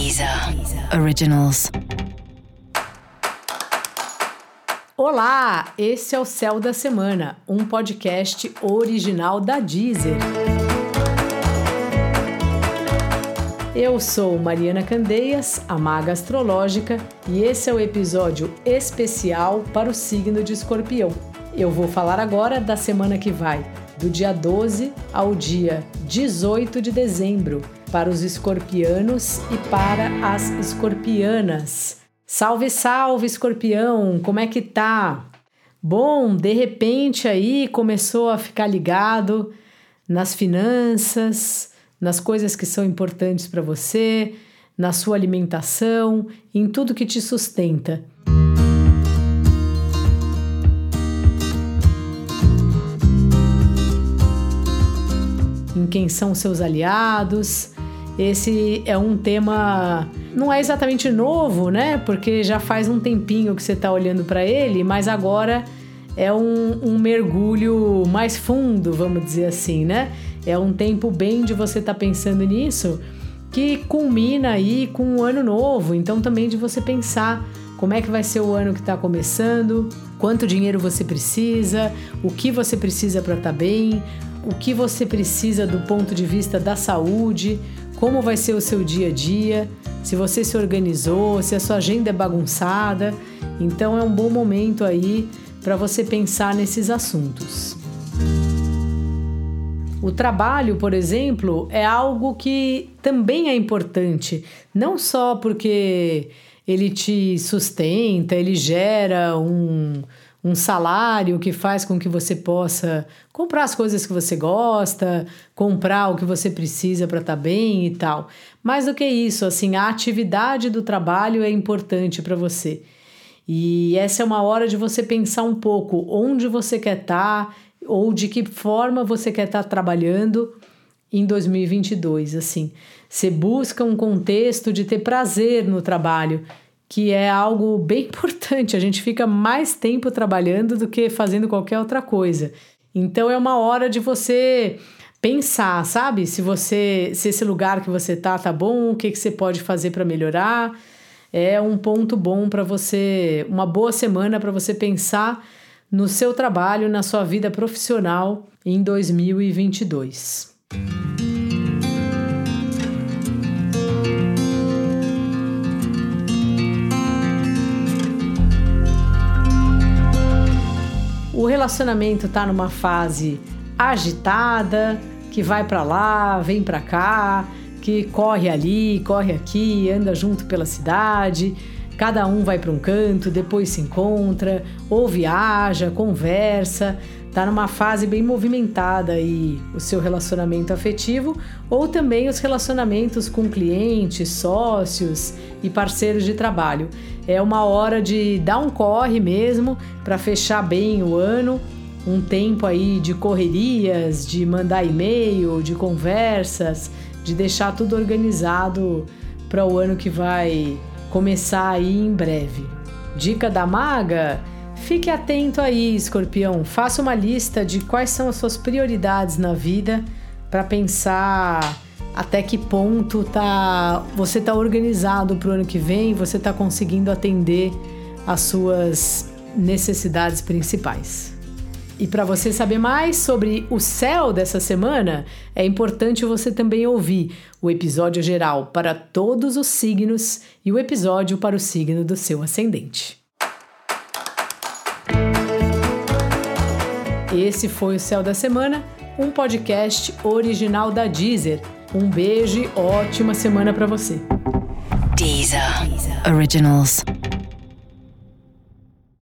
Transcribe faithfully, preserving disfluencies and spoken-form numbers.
Deezer Originals. Olá, esse é o Céu da Semana, um podcast original da Deezer. Eu sou Mariana Candeias, a maga astrológica, e esse é o episódio especial para o signo de Escorpião. Eu vou falar agora da semana que vai, do dia doze ao dia dezoito de dezembro, para os escorpianos e para as escorpianas. Salve, salve, escorpião! Como é que tá? Bom, de repente aí começou a ficar ligado nas finanças, nas coisas que são importantes para você, na sua alimentação, em tudo que te sustenta. Em quem são seus aliados. Esse é um tema, não é exatamente novo, né? Porque já faz um tempinho que você está olhando para ele, mas agora é um, um mergulho mais fundo, vamos dizer assim, né? É um tempo bem de você estar tá pensando nisso, que culmina aí com um ano novo. Então também de você pensar como é que vai ser o ano que está começando, quanto dinheiro você precisa, o que você precisa para estar bem, o que você precisa do ponto de vista da saúde, como vai ser o seu dia a dia, se você se organizou, se a sua agenda é bagunçada. Então é um bom momento aí para você pensar nesses assuntos. O trabalho, por exemplo, é algo que também é importante, não só porque ele te sustenta, ele gera um, um salário que faz com que você possa comprar as coisas que você gosta, comprar o que você precisa para estar bem e tal. Mais do que isso, assim, a atividade do trabalho é importante para você. E essa é uma hora de você pensar um pouco onde você quer estar ou de que forma você quer estar trabalhando em dois mil e vinte e dois, assim. Você busca um contexto de ter prazer no trabalho, que é algo bem importante. A gente fica mais tempo trabalhando do que fazendo qualquer outra coisa. Então é uma hora de você pensar, sabe? Se você, se esse lugar que você tá tá bom, o que, que você pode fazer para melhorar. É um ponto bom para você, uma boa semana para você pensar no seu trabalho, na sua vida profissional em dois mil e vinte e dois. O relacionamento tá numa fase agitada, que vai para lá, vem para cá, que corre ali, corre aqui, anda junto pela cidade, cada um vai para um canto, depois se encontra, ou viaja, conversa. Tá numa fase bem movimentada aí o seu relacionamento afetivo, ou também os relacionamentos com clientes, sócios e parceiros de trabalho. É uma hora de dar um corre mesmo para fechar bem o ano, um tempo aí de correrias, de mandar e-mail, de conversas, de deixar tudo organizado para o ano que vai começar aí em breve. Dica da maga? Fique atento aí, escorpião. Faça uma lista de quais são as suas prioridades na vida para pensar até que ponto tá, você está organizado para o ano que vem, você está conseguindo atender as suas necessidades principais. E para você saber mais sobre o céu dessa semana, é importante você também ouvir o episódio geral para todos os signos e o episódio para o signo do seu ascendente. Esse foi o Céu da Semana, um podcast original da Deezer. Um beijo e ótima semana para você. Deezer Originals.